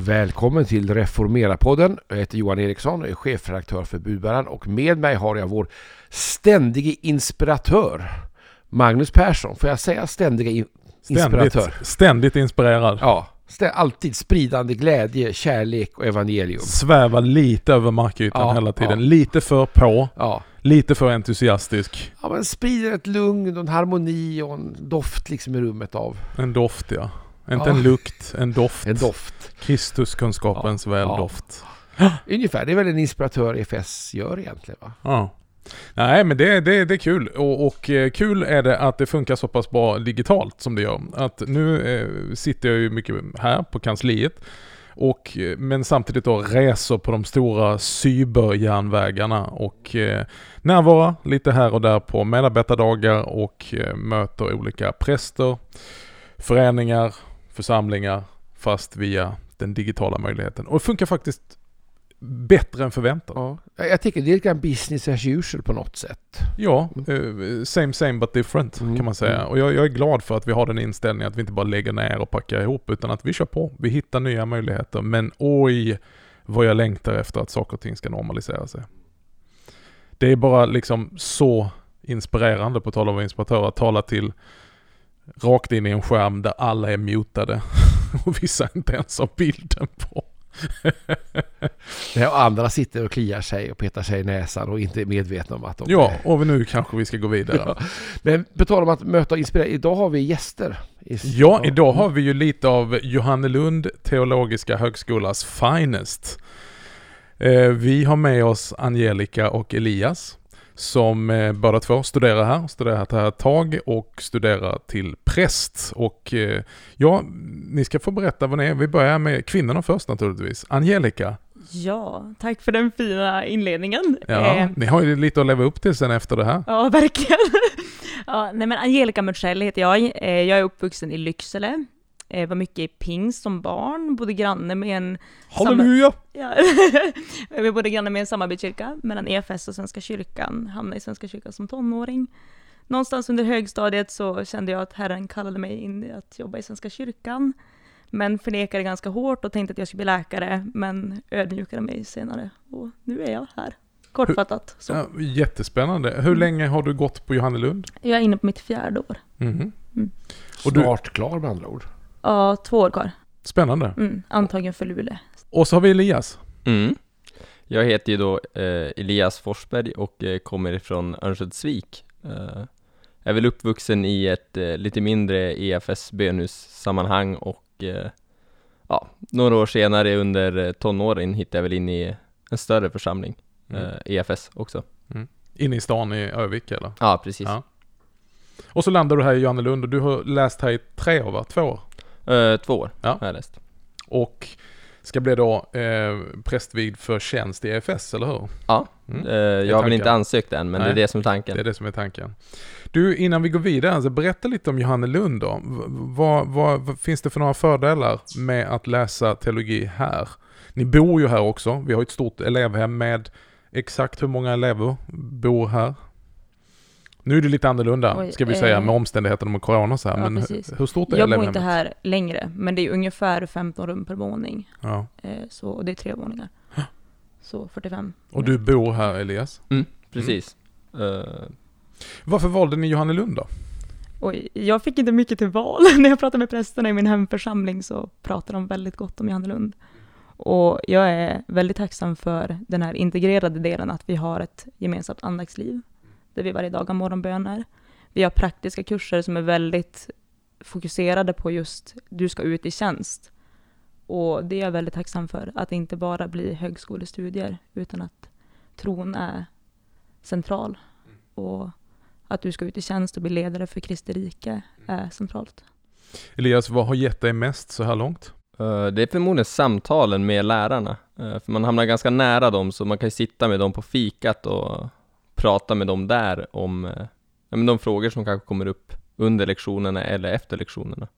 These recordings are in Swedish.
Välkommen till Reformera-podden. Jag heter Johan Eriksson och är chefredaktör för Budbäraren. Och med mig har jag vår ständige inspiratör, Magnus Persson. Får jag säga ständiga inspiratör? Ständigt inspirerad. Ja, alltid spridande glädje, kärlek och evangelium. Svävar lite över markytan hela tiden. Lite för på. Ja. Lite för entusiastisk. Ja, men sprider ett lugn och en harmoni och en doft liksom i rummet av. En doft, ja. Inte en lukt, en doft. En doft. Kristuskunskapens väldoft. Ungefär, det är väl en inspiratör EFS gör egentligen, va? Ja. Nej, men det är kul. Och kul är det att det funkar så pass bra digitalt som det gör. Att nu sitter jag ju mycket här på kansliet. Men samtidigt då reser på de stora cyberjärnvägarna och närvara lite här och där på medarbetardagar och möter olika präster, föreningar, församlingar fast via den digitala möjligheten. Och det funkar faktiskt bättre än förväntat. Ja. Jag tycker det är lite business as usual på något sätt. Ja, same but different kan man säga. Och jag är glad för att vi har den inställningen att vi inte bara lägger ner och packar ihop utan att vi kör på. Vi hittar nya möjligheter. Men oj, vad jag längtar efter att saker och ting ska normalisera sig. Det är bara liksom så inspirerande på tal om inspiratörer att tala till rakt in i en skärm där alla är mutade och vissa inte ens har bilden på. Och andra sitter och kliar sig och petar sig i näsan och inte är medvetna om att de och nu kanske vi ska gå vidare. Ja. Men på tal om att möta och inspirera, idag har vi gäster. Ja, idag har vi ju lite av Johannelund Teologiska högskolas finest. Vi har med oss Angelica och Elias som båda två studerat här ett tag och studerar till präst. Och ni ska få berätta vad ni är. Vi börjar med kvinnorna först naturligtvis. Angelica. Ja, tack för den fina inledningen. Ja, ni har ju lite att leva upp till sen efter det här. Ja, verkligen. Men Angelica Mörtsell heter jag. Jag är uppvuxen i Lycksele. Var mycket i pingst som barn. Bodde granne med en... Halleluja! Vi bodde granne med en samarbetskyrka mellan EFS och Svenska kyrkan. Hamnade i Svenska kyrkan som tonåring. Någonstans under högstadiet så kände jag att Herren kallade mig in att jobba i Svenska kyrkan. Men förnekade ganska hårt och tänkte att jag skulle bli läkare. Men ödmjukade mig senare. Och nu är jag här. Kortfattat. Så. Ja, jättespännande. Hur länge har du gått på Johannelund? Jag är inne på mitt 4:e år. Och snart klar med andra ord. Ja, 2 år kvar. Spännande. Antagligen för Luleå. Och så har vi Elias. Jag heter ju då Elias Forsberg och kommer ifrån Örnsköldsvik. Jag är väl uppvuxen i ett lite mindre EFS-bönhussammanhang och några år senare under tonåren hittade jag väl in i en större församling, EFS också. Inne i stan i Övik eller? Ja, precis. Ja. Och så landar du här i Johannelund och du har läst här i 3 år, va? 2 år? 2 år har jag läst. Och ska bli då prästvigd för tjänst i EFS, eller hur? Ja, jag har väl inte ansökt än, men det är det som är tanken. Det är det som är tanken. Du, innan vi går vidare, alltså, berätta lite om Johannelund då. Vad finns det för några fördelar med att läsa teologi här? Ni bor ju här också. Vi har ett stort elevhem med exakt hur många elever bor här? Nu är det lite annorlunda, ska vi säga, med omständigheterna med corona och så här. Men hur stort är elevhemmet? Jag bor inte här längre, men det är ungefär 15 rum per våning. Ja. Så det är 3 våningar. Så 45. Och du bor här, Elias? Precis. Varför valde ni Johannelund då? Jag fick inte mycket till val. När jag pratade med prästerna i min hemförsamling så pratade de väldigt gott om Johannelund. Och jag är väldigt tacksam för den här integrerade delen att vi har ett gemensamt andaktsliv. Där vi varje dag har morgonböner. Vi har praktiska kurser som är väldigt fokuserade på just du ska ut i tjänst. Och det är jag väldigt tacksam för. Att det inte bara blir högskolestudier utan att tron är central. Och att du ska ut i tjänst och bli ledare för Kristi rike är centralt. Elias, vad har gett dig mest så här långt? Det är förmodligen samtalen med lärarna. För man hamnar ganska nära dem så man kan sitta med dem på fikat och prata med dem där om de frågor som kanske kommer upp under lektionerna eller efter lektionerna.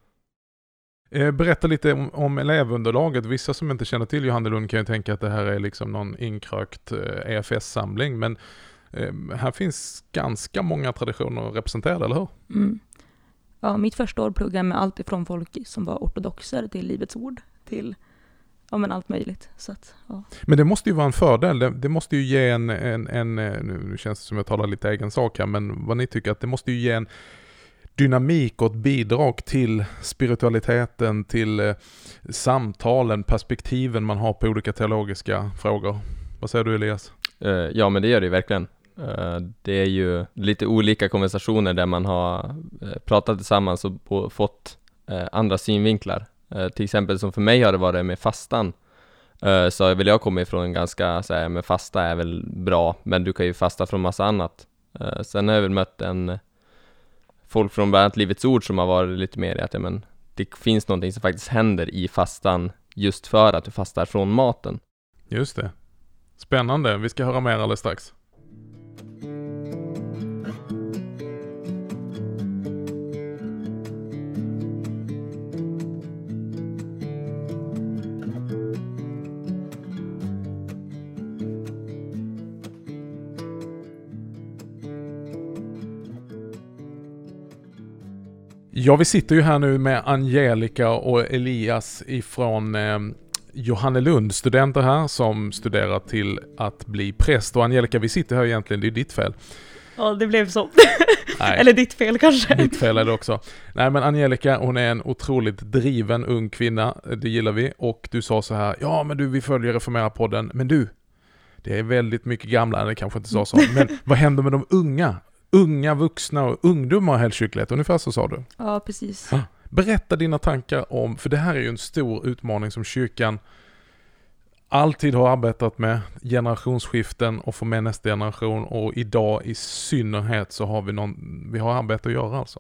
Berätta lite om elevunderlaget. Vissa som inte känner till Johannelund kan ju tänka att det här är liksom någon inkrökt EFS-samling, men här finns ganska många traditioner representerade, eller hur? Ja, mitt första år pluggade med allt ifrån folk som var ortodoxer till Livets ord till ja, men allt möjligt. Så att, ja. Men det måste ju vara en fördel. Det måste ju ge en nu känns det som jag talar lite egen sak här, men vad ni tycker att det måste ju ge en dynamik och ett bidrag till spiritualiteten, till samtalen, perspektiven man har på olika teologiska frågor. Vad säger du, Elias? Ja, men det gör det ju verkligen. Det är ju lite olika konversationer där man har pratat tillsammans och fått andra synvinklar. Till exempel som för mig har det varit med fastan. Så har väl jag kommit ifrån en ganska så här, men fasta är väl bra, men du kan ju fasta från massa annat. Sen har jag väl mött folk från bland annat Livets Ord som har varit lite mer i att men, det finns någonting som faktiskt händer i fastan just för att du fastar från maten. Just det. Spännande. Vi ska höra mer alldeles strax. Ja, vi sitter ju här nu med Angelica och Elias ifrån Johannelund, studenter här som studerar till att bli präst. Och Angelica, vi sitter här egentligen, det är ditt fel. Ja, det blev så. Eller ditt fel kanske. Ditt fel är det också. Nej, men Angelica, hon är en otroligt driven ung kvinna, det gillar vi. Och du sa så här, ja men du, vi följer Reformera-podden, men du, det är väldigt mycket gamla, det kanske inte sa så. Men vad händer med de unga? Unga, vuxna och ungdomar helkyrklighet, ungefär så sa du. Ja, precis. Ja. Berätta dina tankar om, för det här är ju en stor utmaning som kyrkan alltid har arbetat med, generationsskiften och få med nästa generation, och idag i synnerhet så har vi har arbete att göra alltså.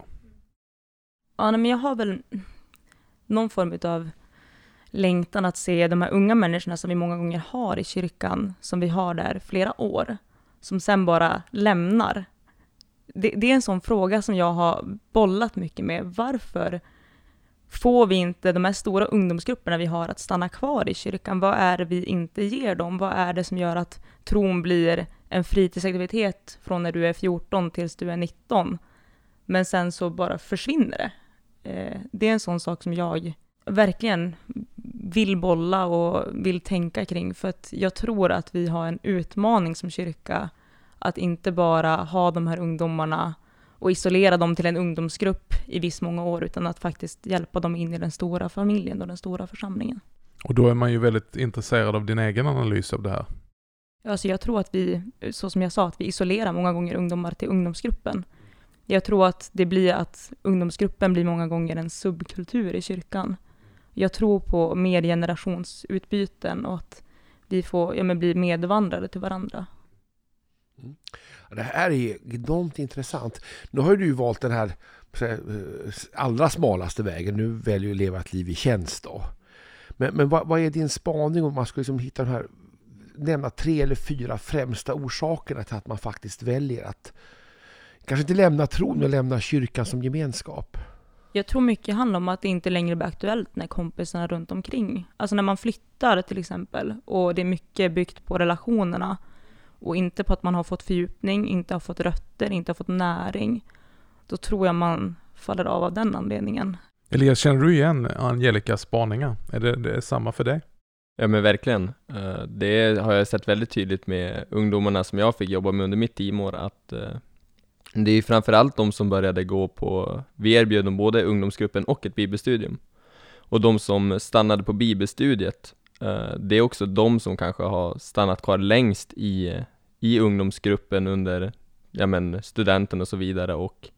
Ja, men jag har väl någon form av längtan att se de här unga människorna som vi många gånger har i kyrkan, som vi har där flera år, som sen bara lämnar. Det är en sån fråga som jag har bollat mycket med. Varför får vi inte de här stora ungdomsgrupperna vi har att stanna kvar i kyrkan? Vad är det vi inte ger dem? Vad är det som gör att tron blir en fritidsaktivitet från när du är 14 tills du är 19? Men sen så bara försvinner det. Det är en sån sak som jag verkligen vill bolla och vill tänka kring. För att jag tror att vi har en utmaning som kyrka att inte bara ha de här ungdomarna och isolera dem till en ungdomsgrupp i viss många år, utan att faktiskt hjälpa dem in i den stora familjen och den stora församlingen. Och då är man ju väldigt intresserad av din egen analys av det här. Alltså jag tror att vi, så som jag sa, att vi isolerar många gånger ungdomar till ungdomsgruppen. Jag tror att det blir att ungdomsgruppen blir många gånger en subkultur i kyrkan. Jag tror på mer generationsutbyten och att vi får bli medvandrare till varandra. Mm. Det här är enormt intressant. Nu har du valt den här allra smalaste vägen. Nu väljer du att leva ett liv i tjänst då. Men vad är din spaning om man ska liksom hitta de här, nämna 3 eller 4 främsta orsakerna till att man faktiskt väljer att kanske inte lämna tron men lämna kyrkan som gemenskap? Jag tror mycket handlar om att det inte längre blir aktuellt när kompisarna runt omkring. Alltså när man flyttar till exempel och det är mycket byggt på relationerna och inte på att man har fått fördjupning, inte har fått rötter, inte har fått näring. Då tror jag man faller av den anledningen. Elias, känner du igen Angelicas spaningar? Är det samma för dig? Ja, men verkligen. Det har jag sett väldigt tydligt med ungdomarna som jag fick jobba med under mitt teamår, att det är framförallt de som började gå på, vi erbjöd dem både ungdomsgruppen och ett bibelstudium. Och de som stannade på bibelstudiet, det är också de som kanske har stannat kvar längst i ungdomsgruppen under studenten och så vidare, och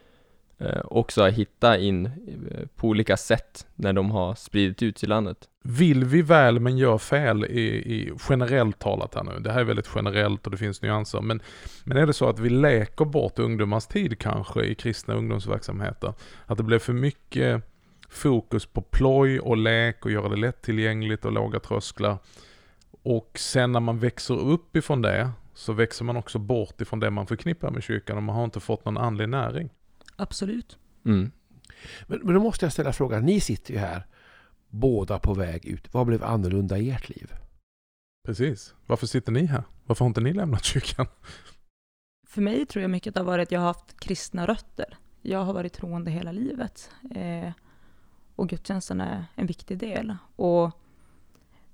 också har hittat in på olika sätt när de har spridit ut i landet. Vill vi väl men gör fel i generellt talat här nu? Det här är väldigt generellt och det finns nyanser. Men är det så att vi läker bort ungdomars tid kanske i kristna ungdomsverksamheter? Att det blir för mycket fokus på ploj och lek och göra det lättillgängligt och låga trösklar. Och sen när man växer upp ifrån det så växer man också bort ifrån det man förknippar med kyrkan och man har inte fått någon andlig näring. Absolut. Mm. Men då måste jag ställa frågan, ni sitter ju här båda på väg ut. Vad blev annorlunda i ert liv? Precis. Varför sitter ni här? Varför har inte ni lämnat kyrkan? För mig tror jag mycket har varit att jag har haft kristna rötter. Jag har varit troende hela livet. Och gudstjänsten är en viktig del. Och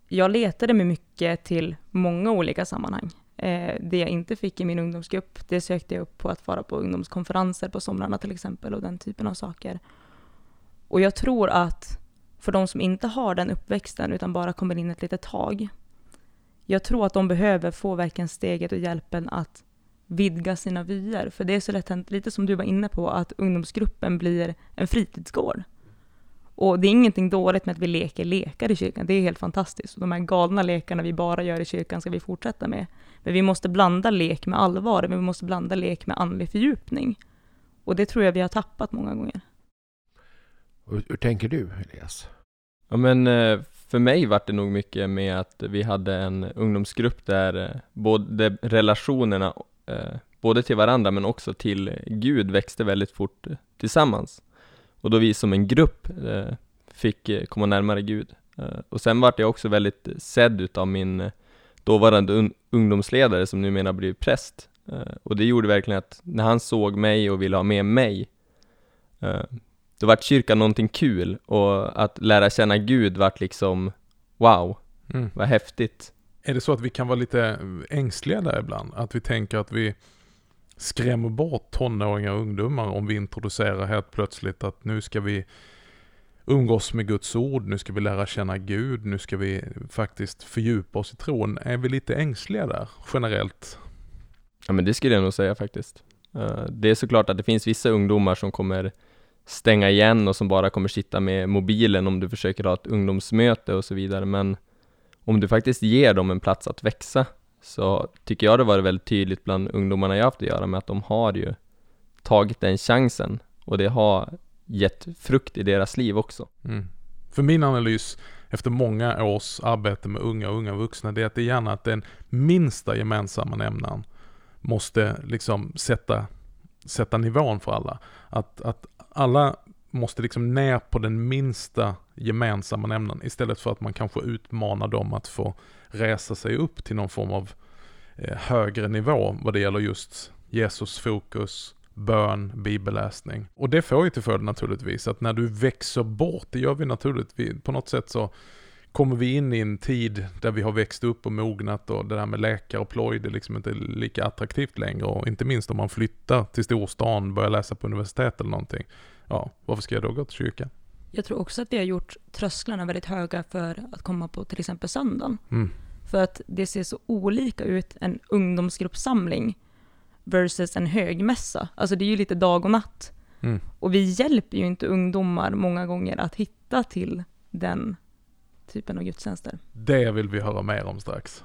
jag letade mig mycket till många olika sammanhang. Det jag inte fick i min ungdomsgrupp, det sökte jag upp på att vara på ungdomskonferenser på somrarna till exempel och den typen av saker. Och jag tror att för de som inte har den uppväxten utan bara kommer in ett litet tag, jag tror att de behöver få verkligen steget och hjälpen att vidga sina vyer. För det är så lätt hänt, lite som du var inne på, att ungdomsgruppen blir en fritidsgård. Och det är ingenting dåligt med att vi leker lekar i kyrkan. Det är helt fantastiskt. Och de här galna lekarna vi bara gör i kyrkan ska vi fortsätta med. Men vi måste blanda lek med allvar. Vi måste blanda lek med andlig fördjupning. Och det tror jag vi har tappat många gånger. Hur tänker du, Elias? Ja, men för mig var det nog mycket med att vi hade en ungdomsgrupp där både relationerna både till varandra men också till Gud växte väldigt fort tillsammans. Och då vi som en grupp fick komma närmare Gud. Och sen var jag också väldigt sedd utav min dåvarande ungdomsledare som numera blev präst. Och det gjorde verkligen att när han såg mig och ville ha med mig, då vart kyrkan någonting kul. Och att lära känna Gud vart liksom, wow, vad häftigt. Är det så att vi kan vara lite ängsliga där ibland? Att vi tänker att vi skrämmer bort tonåringar och ungdomar om vi introducerar helt plötsligt att nu ska vi umgås med Guds ord, nu ska vi lära känna Gud, nu ska vi faktiskt fördjupa oss i tron. Är vi lite ängsliga där generellt? Ja, men det skulle jag nog säga faktiskt. Det är såklart att det finns vissa ungdomar som kommer stänga igen och som bara kommer sitta med mobilen om du försöker ha ett ungdomsmöte och så vidare. Men om du faktiskt ger dem en plats att växa, så tycker jag det var väldigt tydligt bland ungdomarna jag haft att göra med att de har ju tagit den chansen och det har gett frukt i deras liv också. För min analys efter många års arbete med unga och unga vuxna, det är att det är gärna att den minsta gemensamma nämnaren måste liksom sätta nivån för alla. Att alla måste liksom ner på den minsta gemensamma nämnaren istället för att man kanske utmanar dem att få resa sig upp till någon form av högre nivå vad det gäller just Jesus fokus, bön, bibelläsning. Och det får ju till följd naturligtvis att när du växer bort, det gör vi naturligtvis, på något sätt så kommer vi in i en tid där vi har växt upp och mognat och det där med läkare och ploj, det är liksom inte lika attraktivt längre och inte minst om man flyttar till storstan, börjar läsa på universitet eller någonting. Ja, varför ska jag då gå till kyrkan? Jag tror också att det har gjort trösklarna väldigt höga för att komma på till exempel söndagen. För att det ser så olika ut en ungdomsgruppssamling versus en högmässa. Alltså det är ju lite dag och natt. Och vi hjälper ju inte ungdomar många gånger att hitta till den typen av gudstjänster. Det vill vi höra mer om strax.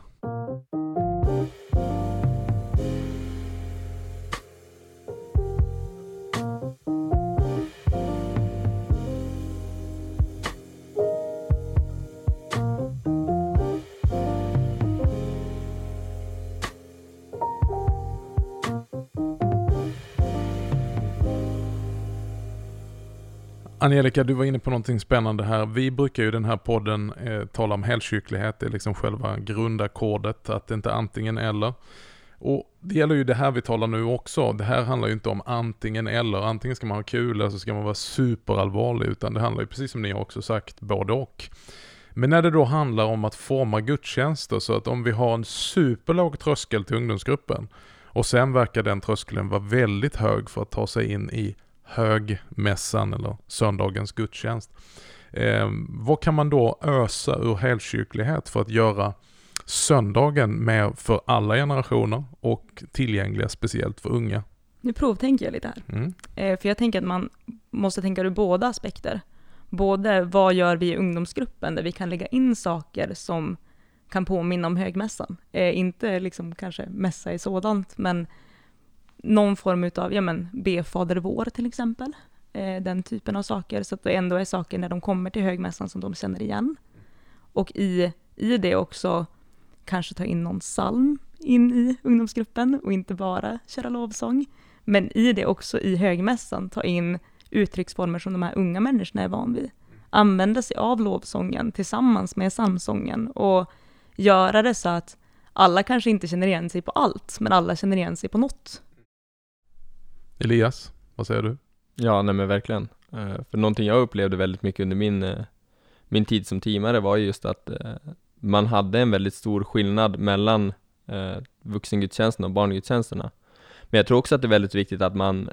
Angelica, du var inne på någonting spännande här. Vi brukar ju den här podden tala om helkyrklighet. Det är liksom själva grundackordet, att det inte är antingen eller. Och det gäller ju det här vi talar nu också. Det här handlar ju inte om antingen eller. Antingen ska man ha kul eller så ska man vara superallvarlig. Utan det handlar ju, precis som ni har också sagt, både och. Men när det då handlar om att forma gudstjänster, så att om vi har en superlåg tröskel till ungdomsgruppen och sen verkar den tröskeln vara väldigt hög för att ta sig in i högmässan eller söndagens gudstjänst. Vad kan man då ösa ur helkyrklighet för att göra söndagen mer för alla generationer och tillgängliga speciellt för unga? Nu provtänker jag lite här. För jag tänker att man måste tänka ur båda aspekter. Både vad gör vi i ungdomsgruppen där vi kan lägga in saker som kan påminna om högmässan. Inte liksom kanske mässa i sådant, men någon form utav, be Fader vår till exempel. Den typen av saker, så att det ändå är saker när de kommer till högmässan som de känner igen. Och i det också kanske ta in någon psalm in i ungdomsgruppen och inte bara köra lovsång. Men i det också i högmässan ta in uttrycksformer som de här unga människorna är van vid. Använda sig av lovsången tillsammans med psalmsången och göra det så att alla kanske inte känner igen sig på allt, men alla känner igen sig på något. Elias, vad säger du? Ja, nej men verkligen. För någonting jag upplevde väldigt mycket under min tid som teamare var just att man hade en väldigt stor skillnad mellan vuxengudstjänsterna och barngudstjänsterna. Men jag tror också att det är väldigt viktigt att man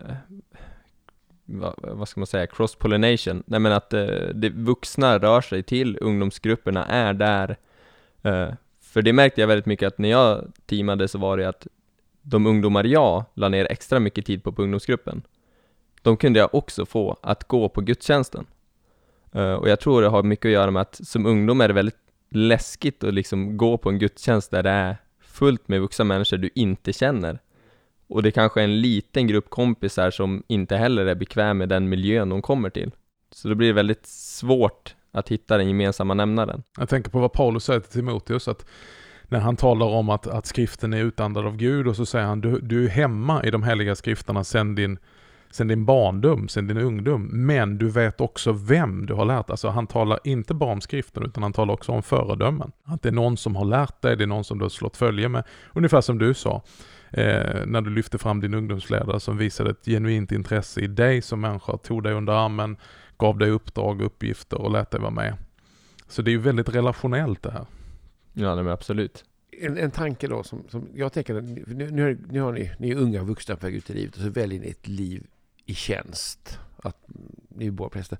vad ska man säga, cross-pollination. Nej, men att det vuxna rör sig till ungdomsgrupperna, är där. För det märkte jag väldigt mycket att när jag teamade, så var det att de ungdomar jag la ner extra mycket tid på ungdomsgruppen, de kunde jag också få att gå på gudstjänsten. Och jag tror det har mycket att göra med att som ungdom är det väldigt läskigt att liksom gå på en gudstjänst där det är fullt med vuxna människor du inte känner. Och det kanske är en liten grupp kompisar som inte heller är bekväm med den miljön de kommer till. Så då blir det väldigt svårt att hitta den gemensamma nämnaren. Jag tänker på vad Paulus säger till Timoteus, att när han talar om att skriften är utandad av Gud, och så säger han, du är hemma i de heliga skrifterna sen din barndom, sen din ungdom, men du vet också vem du har lärt. Alltså han talar inte bara om skriften, utan han talar också om föredömen. Att det är någon som har lärt dig, det är någon som du har slått följe med. Ungefär som du sa, när du lyfte fram din ungdomsledare som visade ett genuint intresse i dig som människa, tog dig under armen, gav dig uppdrag, uppgifter och lät dig vara med. Så det är ju väldigt relationellt det här. Ja, men absolut. En tanke då som jag tänker, nu har ni är unga vuxna på väg ut i livet, och så väljer ni ett liv i tjänst. Att ni är båda präster.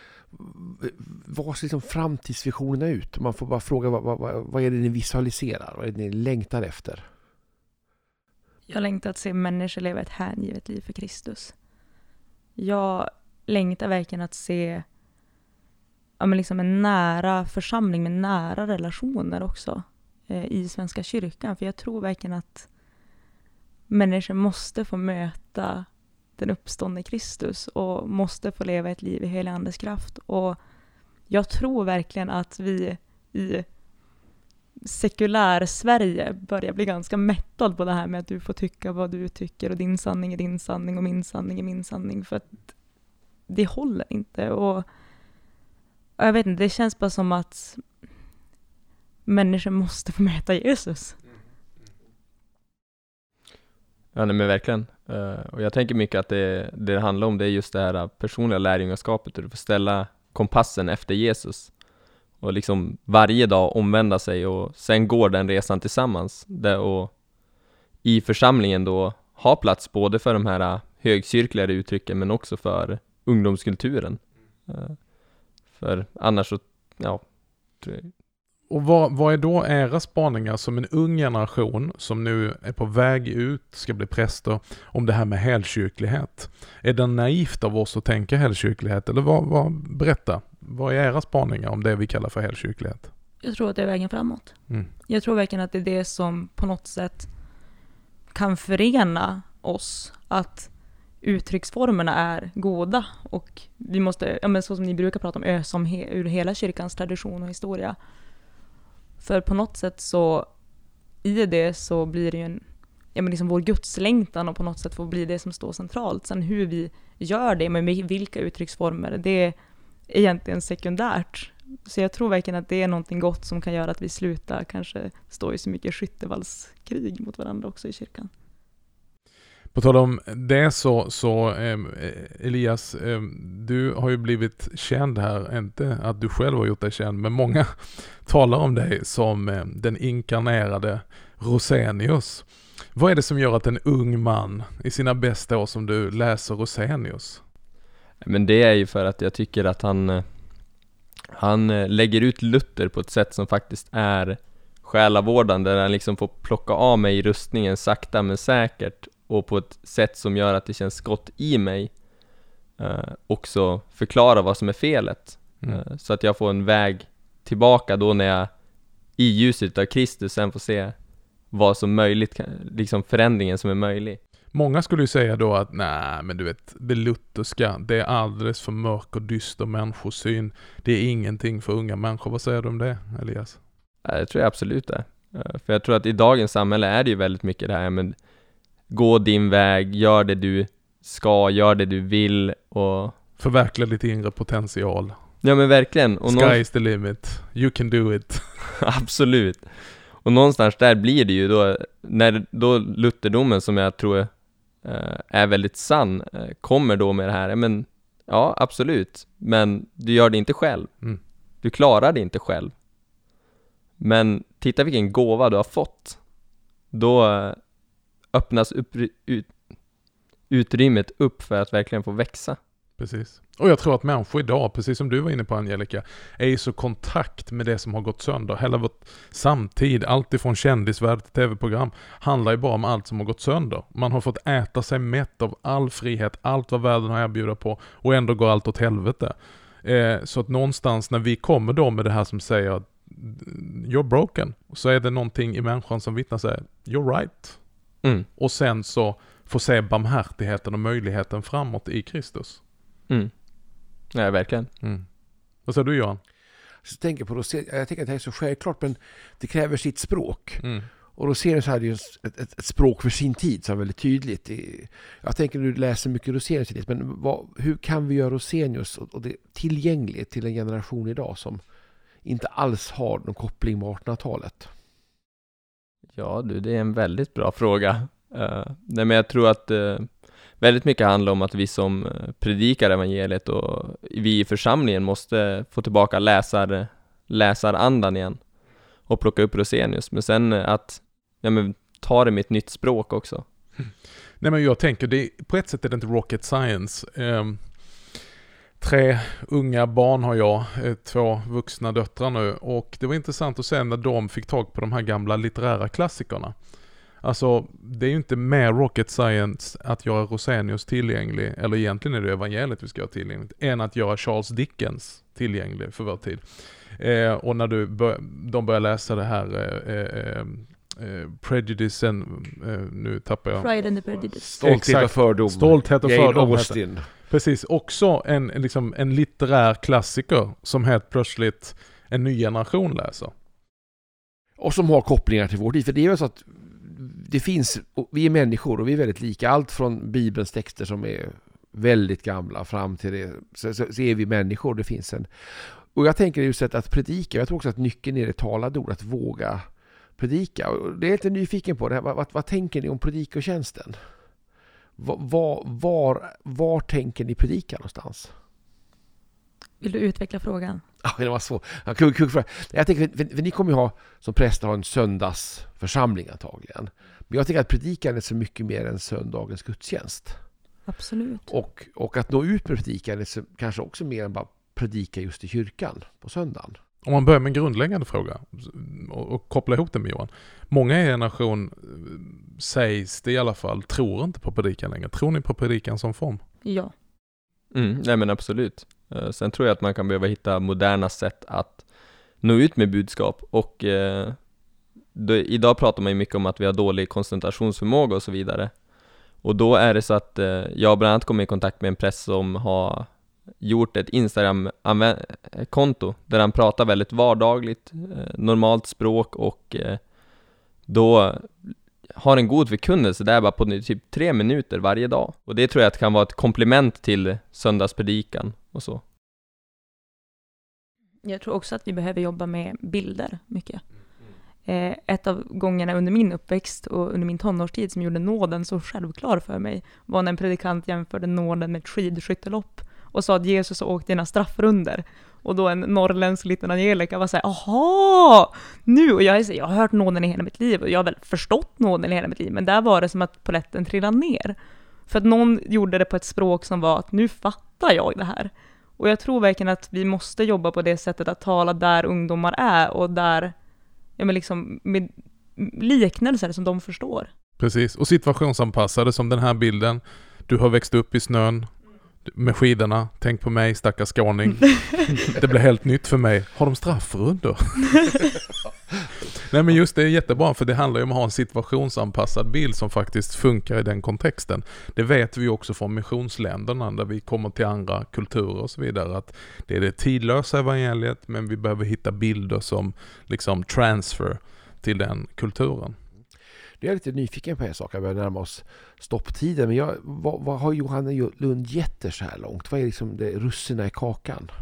Vad ser liksom framtidsvisionerna ut? Man får bara fråga, vad är det ni visualiserar? Vad är det ni längtar efter? Jag längtar att se människor leva ett hängivet liv för Kristus. Jag längtar verkligen att se liksom en nära församling med nära relationer också i Svenska kyrkan. För jag tror verkligen att människor måste få möta den uppståndne Kristus och måste få leva ett liv i helig andes kraft. Och jag tror verkligen att vi i sekulär Sverige börjar bli ganska mättad på det här med att du får tycka vad du tycker och din sanning är din sanning och min sanning är min sanning, för att det håller inte. Och jag vet inte, det känns bara som att människor måste få möta Jesus. Ja, nej, men verkligen. Och jag tänker mycket att det handlar om, det är just det här personliga lärjungaskapet, och du får ställa kompassen efter Jesus och liksom varje dag omvända sig, och sen går den resan tillsammans där, och i församlingen då ha plats både för de här högkyrkligare uttrycken men också för ungdomskulturen. För annars så, ja. Och vad är då era spaningar som en ung generation som nu är på väg ut, ska bli präster, om det här med helkyrklighet? Är det naivt av oss att tänka helkyrklighet? Eller berätta, vad är era spaningar om det vi kallar för helkyrklighet? Jag tror att det är vägen framåt. Jag tror verkligen att det är det som på något sätt kan förena oss, att uttrycksformerna är goda, och vi måste, så som ni brukar prata om, ösa om ur hela kyrkans tradition och historia. För på något sätt så i det så blir det ju liksom vår gudslängtan, och på något sätt får bli det som står centralt. Sen hur vi gör det, med vilka uttrycksformer, det är egentligen sekundärt. Så jag tror verkligen att det är någonting gott som kan göra att vi slutar kanske stå i så mycket skyttevallskrig mot varandra också i kyrkan. På tal om det så Elias, du har ju blivit känd här, inte att du själv har gjort dig känd, men många talar om dig som den inkarnerade Rosenius. Vad är det som gör att en ung man i sina bästa år som du läser Rosenius? Men det är ju för att jag tycker att han lägger ut Luther på ett sätt som faktiskt är själavårdande, där han liksom får plocka av mig rustningen sakta men säkert, och på ett sätt som gör att det känns gott i mig också förklara vad som är felet. Så att jag får en väg tillbaka då, när jag i ljuset av Kristus sen får se vad som möjligt, liksom förändringen som är möjlig. Många skulle ju säga då att nej, men du vet, det lutherska, det är alldeles för mörk och dyster människosyn. Det är ingenting för unga människor. Vad säger du om det, Elias? Det tror jag absolut är. För jag tror att i dagens samhälle är det ju väldigt mycket det här, men gå din väg, gör det du ska, gör det du vill, och förverkliga ditt inre potential. Ja, men verkligen. Och Sky is the limit. You can do it. Absolut. Och någonstans där blir det ju då, när då lutherdomen, som jag tror är väldigt sann, kommer då med det här. Men ja, absolut. Men du gör det inte själv. Du klarar det inte själv. Men titta vilken gåva du har fått. Då öppnas utrymmet upp för att verkligen få växa. Precis. Och jag tror att människor idag, precis som du var inne på Angelica, är i så kontakt med det som har gått sönder. Hela vårt samtid, allt ifrån kändisvärld till tv-program, handlar ju bara om allt som har gått sönder. Man har fått äta sig mätt av all frihet, allt vad världen har erbjuda på, och ändå går allt åt helvete. Så att någonstans när vi kommer då med det här som säger att you're broken, så är det någonting i människan som vittnar sig, you're right. Och sen så får se barmhärtigheten och möjligheten framåt i Kristus. Ja, verkligen. Vad säger du, Johan? Så jag tänker att det är så självklart, men det kräver sitt språk. Och Rosenius hade ju ett språk för sin tid som är väldigt tydligt. Jag tänker att du läser mycket Rosenius, men hur kan vi göra Rosenius och det tillgängligt till en generation idag som inte alls har någon koppling med 1800-talet? Ja, det är en väldigt bra fråga. Nej, men jag tror att väldigt mycket handlar om att vi som predikar evangeliet och vi i församlingen måste få tillbaka läsarandan igen och plocka upp Rosenius. Men sen att ta det med ett nytt språk också. Nej, men jag tänker, på ett sätt är det inte rocket science. 3 unga barn har jag, 2 vuxna döttrar nu, och det var intressant att se när de fick tag på de här gamla litterära klassikerna. Alltså, det är ju inte mer rocket science att göra Rosenius tillgänglig, eller egentligen är det evangeliet vi ska göra tillgängligt, än att göra Charles Dickens tillgänglig för vår tid. Och när de börjar läsa det här Prejudice, nu tappar jag. Pride and the Prejudice. Stolthet och fördom. Stolthet och fördom. Austen. Precis, också en litterär klassiker som helt plötsligt en ny generation läser. Och som har kopplingar till vår tid. För det är ju så att det finns, vi är människor och vi är väldigt lika. Allt från Bibelns texter som är väldigt gamla fram till det, så är vi människor. Det finns och jag tänker just att predika, jag tror också att nyckeln är det talade ord, att våga predika. Och det är lite nyfiken på det här. Vad tänker ni om predikartjänsten? Var tänker ni predika någonstans? Vill du utveckla frågan? Ja, det var så. Jag tänker, för ni kommer ju som präster ha en söndagsförsamling antagligen. Men jag tänker att predikan är så mycket mer än söndagens gudstjänst. Absolut. Och att nå ut med predikan är så, kanske också mer än bara predika just i kyrkan på söndagen. Om man börjar med en grundläggande fråga och koppla ihop det med Johan. Många i generation, sägs det i alla fall, tror inte på predikan längre. Tror ni på predikan som form? Ja. Nej, men absolut. Sen tror jag att man kan behöva hitta moderna sätt att nå ut med budskap. Och idag pratar man ju mycket om att vi har dålig koncentrationsförmåga och så vidare. Och då är det så att jag bland annat kommer i kontakt med en präst som har gjort ett Instagram-konto där han pratar väldigt vardagligt, normalt språk, och då har en god förkunnelse där bara på typ 3 minuter varje dag. Och det tror jag att kan vara ett komplement till söndagspredikan och så. Jag tror också att vi behöver jobba med bilder mycket. Ett av gångerna under min uppväxt och under min tonårstid som gjorde nåden så självklar för mig var när en predikant jämförde nåden med ett skidskyttelopp och sa att Jesus åkte dina straffrunder. Och då en norrländsk liten Angelica var så här: aha, nu! Och jag har hört nåden i hela mitt liv och jag har väl förstått nåden i hela mitt liv, men där var det som att polletten trillade ner. För att någon gjorde det på ett språk som var att nu fattar jag det här. Och jag tror verkligen att vi måste jobba på det sättet att tala där ungdomar är och där, liksom med liknelser som de förstår. Precis, och situationsanpassade som den här bilden. Du har växt upp i snön med skidorna. Tänk på mig, stackars skåning. Det blev helt nytt för mig. Har de straffrundor? Nej, men just det är jättebra, för det handlar ju om att ha en situationsanpassad bild som faktiskt funkar i den kontexten. Det vet vi också från missionsländerna där vi kommer till andra kulturer och så vidare, att det är det tidlösa evangeliet, men vi behöver hitta bilder som liksom transfer till den kulturen. Jag är lite nyfiken på en sak. Jag börjar närma oss stopptiden. Men vad har Johan Lund gett er så här långt? Vad är liksom det russina i kakan?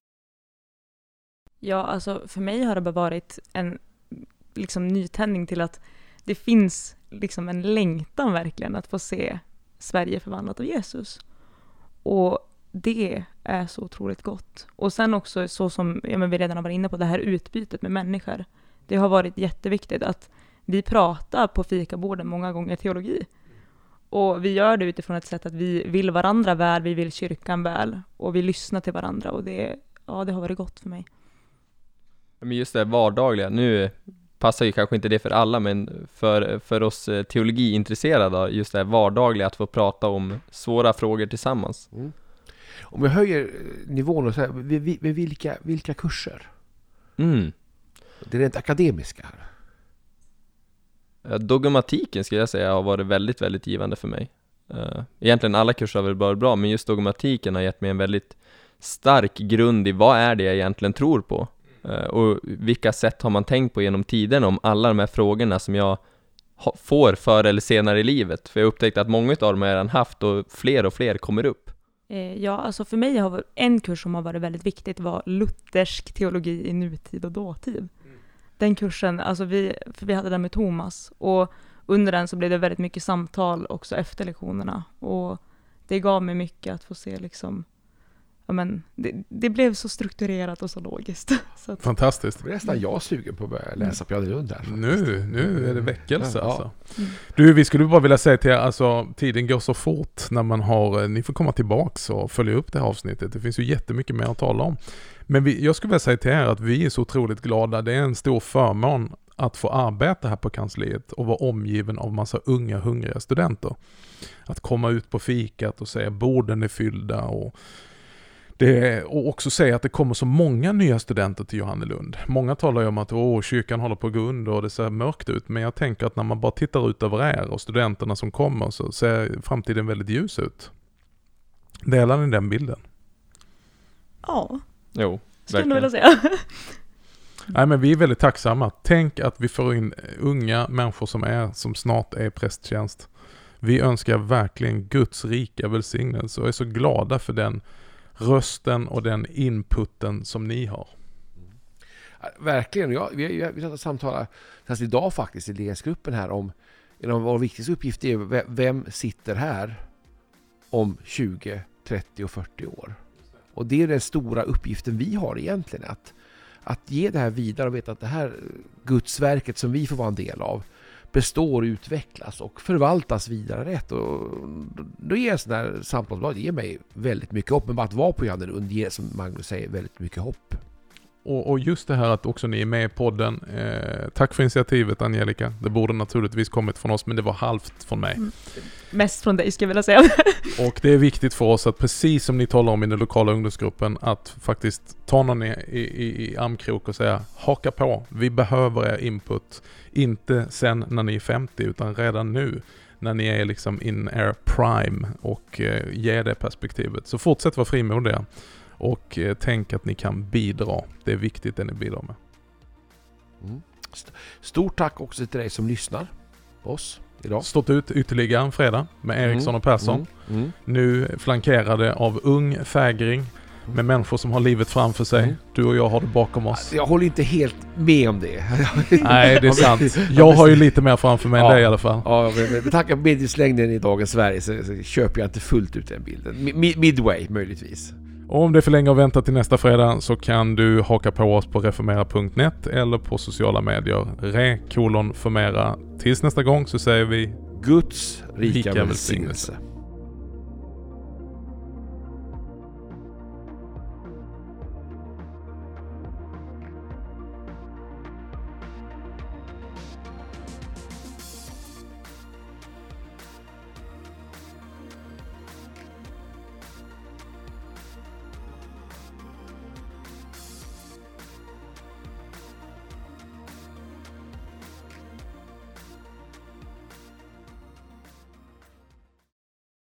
Ja, alltså för mig har det bara varit en liksom nytändning till att det finns liksom en längtan verkligen att få se Sverige förvandlat av Jesus. Och det är så otroligt gott. Och sen också så som vi redan har varit inne på, det här utbytet med människor. det har varit jätteviktigt att vi pratar på fikaborden många gånger teologi. Och vi gör det utifrån ett sätt att vi vill varandra väl, vi vill kyrkan väl och vi lyssnar till varandra och det har varit gott för mig. Men just det vardagliga, nu passar ju kanske inte det för alla, men för oss teologiintresserade, just det vardagliga, att få prata om svåra frågor tillsammans. Mm. Om jag höjer nivån och säger, vilka kurser? Mm. Det är rent akademiska här. Dogmatiken skulle jag säga har varit väldigt, väldigt givande för mig. Egentligen alla kurser har väl varit bra, men just dogmatiken har gett mig en väldigt stark grund i vad är det jag egentligen tror på. Och vilka sätt har man tänkt på genom tiden om alla de här frågorna som jag får förr eller senare i livet. För jag har upptäckt att många av dem har jag redan haft och fler kommer upp. Ja, alltså för mig har en kurs som har varit väldigt viktigt var luthersk teologi i nutid och dåtid. Den kursen, alltså vi hade den med Thomas och under den så blev det väldigt mycket samtal också efter lektionerna och det gav mig mycket att få se liksom, ja men det blev så strukturerat och så logiskt. Så att, Fantastiskt. Det är nästan jag sugen på att börja läsa på Johannelund här. Nu är det väckelse alltså. Mm. Du, vi skulle bara vilja säga till er, alltså tiden går så fort när man har, ni får komma tillbaks och följa upp det här avsnittet. Det finns ju jättemycket mer att tala om. Men jag skulle vilja säga till er att vi är så otroligt glada. Det är en stor förmån att få arbeta här på kansliet och vara omgiven av massa unga, hungriga studenter. Att komma ut på fikat och säga borden är fyllda och också säga att det kommer så många nya studenter till Johannelund. Många talar ju om att kyrkan håller på att gå under och det ser mörkt ut. Men jag tänker att när man bara tittar ut över er och studenterna som kommer så ser framtiden väldigt ljus ut. Delar ni den bilden? ja, Jo, skulle jag verkligen. vilja säga. Nej, men vi är väldigt tacksamma. Tänk att vi får in unga människor som snart är prästtjänst. Vi önskar verkligen Guds rika välsignelse och är så glada för den rösten och den inputen som ni har. Verkligen. Vi satt och samtalade idag faktiskt i ledningsgruppen här om en av våra viktigaste uppgifter är vem sitter här om 20, 30 och 40 år. Och det är den stora uppgiften vi har egentligen, att ge det här vidare och veta att det här Gudsverket som vi får vara en del av består, utvecklas och förvaltas vidare rätt. Och då ger sån här samtalsblad, ger mig väldigt mycket hopp. Men bara att vara på Johannelund ger, som Magnus säger, väldigt mycket hopp. Och just det här att också ni är med i podden. Tack för initiativet, Angelica. Det borde naturligtvis kommit från oss, men det var halvt från mig. Mest från dig skulle jag vilja säga. Och det är viktigt för oss att precis som ni talar om i den lokala ungdomsgruppen, att faktiskt ta någon i armkrok och säga haka på, vi behöver er input. Inte sen när ni är 50 utan redan nu när ni är liksom in er prime och ge det perspektivet. Så fortsätt vara frimodiga och tänk att ni kan bidra. Det är viktigt det ni bidrar med. Stort tack också till dig som lyssnar på oss idag. Stått ut ytterligare en fredag med Eriksson och Persson. Nu flankerade av ung fägring med människor som har livet framför sig. Du och jag har det bakom oss. Jag håller inte helt med om det. Nej, det är sant. Jag har ju lite mer framför mig än dig i alla fall. Ja, men tack medelslängden i dagens Sverige så köper jag inte fullt ut den bilden. Midway möjligtvis. Och om det är för länge att vänta till nästa fredag så kan du haka på oss på reformera.net eller på sociala medier re:_förmera. Tills nästa gång så säger vi Guds rika välsignelse.